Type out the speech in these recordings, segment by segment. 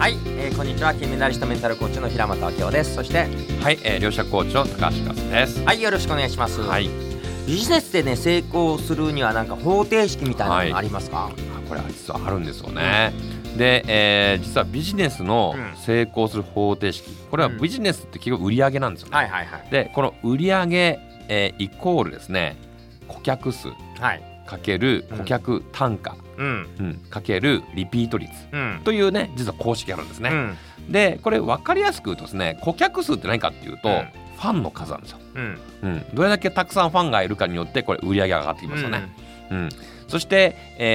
はい、こんにちは。金メダリストメンタルコーチの平本明夫です。そしてはい、両者コーチの高橋和です。 はい、よろしくお願いします。 はい、 ビジネスでね成功するにはなんか方程式みたいなのがありますか？ これは実はあるんですよね。で、実はビジネスの成功する方程式、これはビジネスって結局売上なんですよね。 はいはいはい。 でこの売上、イコールですね、顧客数かける顧客単価、かけるリピート率、というね実は公式があるんですね。でこれ分かりやすく言うとですね、顧客数って何かっていうと、ファンの数なんですよ。どれだけたくさんファンがいるかによってこれ売上が上がってきますよね。そして、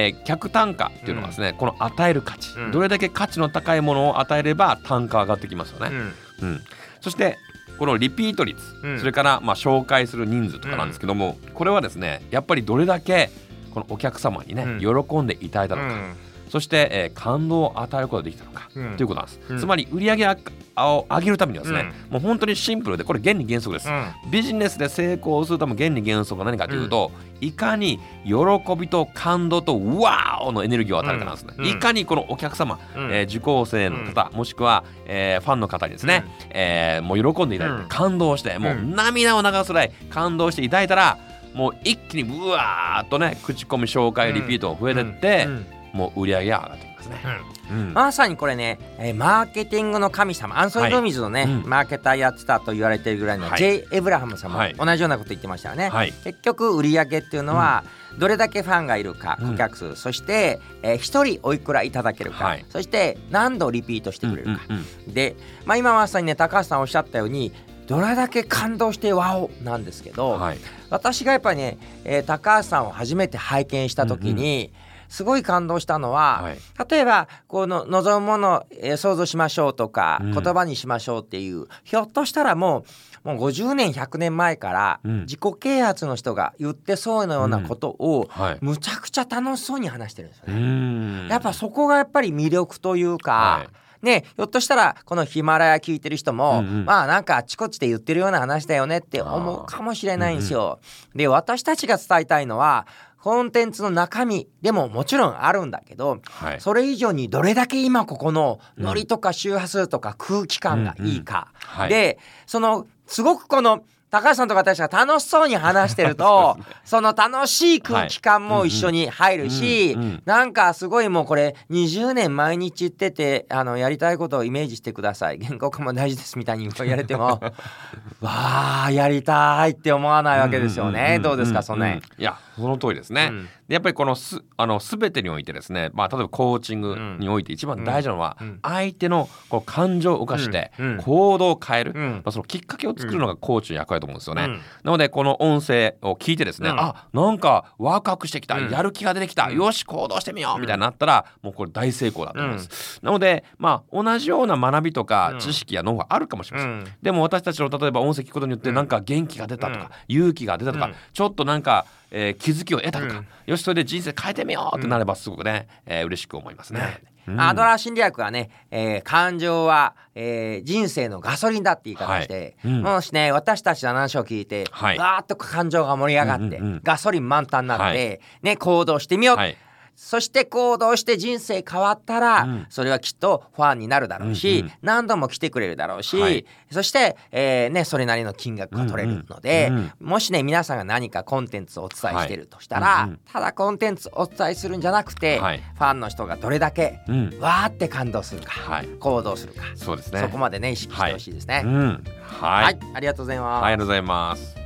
客単価っていうのはですね、この与える価値、どれだけ価値の高いものを与えれば単価上がってきますよね。そしてこのリピート率、それから紹介する人数とかなんですけども、これはですねやっぱりどれだけこのお客様にね、喜んでいただいたのか、そして、感動を与えることができたのか、ということなんです。つまり売上を上げるためにはですね、もう本当にシンプルで、これ原理原則です。ビジネスで成功するための原理原則が何かというと、いかに喜びと感動とワーオのエネルギーを与えるかなんですね。いかにこのお客様、受講生の方、もしくは、ファンの方にですね、もう喜んでいただいて、感動して、もう涙を流すぐらい感動していただいたら、もう一気にブワーっとね口コミ紹介リピートが増えてって、もう売り上げが上がってきますね。 まさにこれね、マーケティングの神様アンソニー・ロビンズのね、マーケターやってたと言われているぐらいの J. エブラハムさんも同じようなこと言ってましたよね。結局売り上げっていうのは、どれだけファンがいるか、顧客数、そして、1人おいくらいただけるか、そして何度リピートしてくれるか、で、今まさにね高橋さんおっしゃったようにどれだけ感動してワオなんですけど、私がやっぱりね、高橋さんを初めて拝見した時に、すごい感動したのは、例えばこの望むものを、想像しましょうとか、言葉にしましょうっていう、ひょっとしたらもう50年100年前から自己啓発の人が言ってそうなようなことを、むちゃくちゃ楽しそうに話してるんですよね。やっぱそこがやっぱり魅力というか、ね、ひょっとしたらこのヒマラヤ聞いてる人も、なんかあちこちで言ってるような話だよねって思うかもしれないんですよ。で、私たちが伝えたいのはコンテンツの中身でももちろんあるんだけど、それ以上にどれだけ今ここのノリとか周波数とか空気感がいいか、でそのすごくこの高橋さんとか私が楽しそうに話してるとその楽しい空気感も一緒に入るし、なんかすごいもうこれ20年毎日言っててやりたいことをイメージしてください、原稿化も大事ですみたいに言われてもわーやりたいって思わないわけですよね。どうですかそんな。 いやその通りですね。でやっぱりこの全てにおいてですね、例えばコーチングにおいて一番大事なのは、相手のこう感情を動かして行動を変える、そのきっかけを作るのがコーチの役割だと思うんですよね。なのでこの音声を聞いてですね、なんかワクワクしてきた、やる気が出てきた、よし行動してみようみたいになったら、もうこれ大成功だと思います。なので同じような学びとか知識やノウハウあるかもしれません。でも私たちの例えば音声聞くことによってなんか元気が出たとか、勇気が出たとか、ちょっとなんか気づきを得たとか、よしそれで人生変えてみようってなればすごくね、嬉しく思いますね。 アドラー心理学はね、感情は、人生のガソリンだって言い方して、もしね私たちの話を聞いて、わーっと感情が盛り上がって、ガソリン満タンになって、行動してみよう、そして行動して人生変わったら、それはきっとファンになるだろうし、何度も来てくれるだろうし、そして、それなりの金額が取れるので、もしね皆さんが何かコンテンツをお伝えしているとしたら、ただコンテンツをお伝えするんじゃなくて、ファンの人がどれだけわーって感動するか、行動するか、そこまでね意識してほしいですね。はい、ありがとうございます。 ありがとうございます。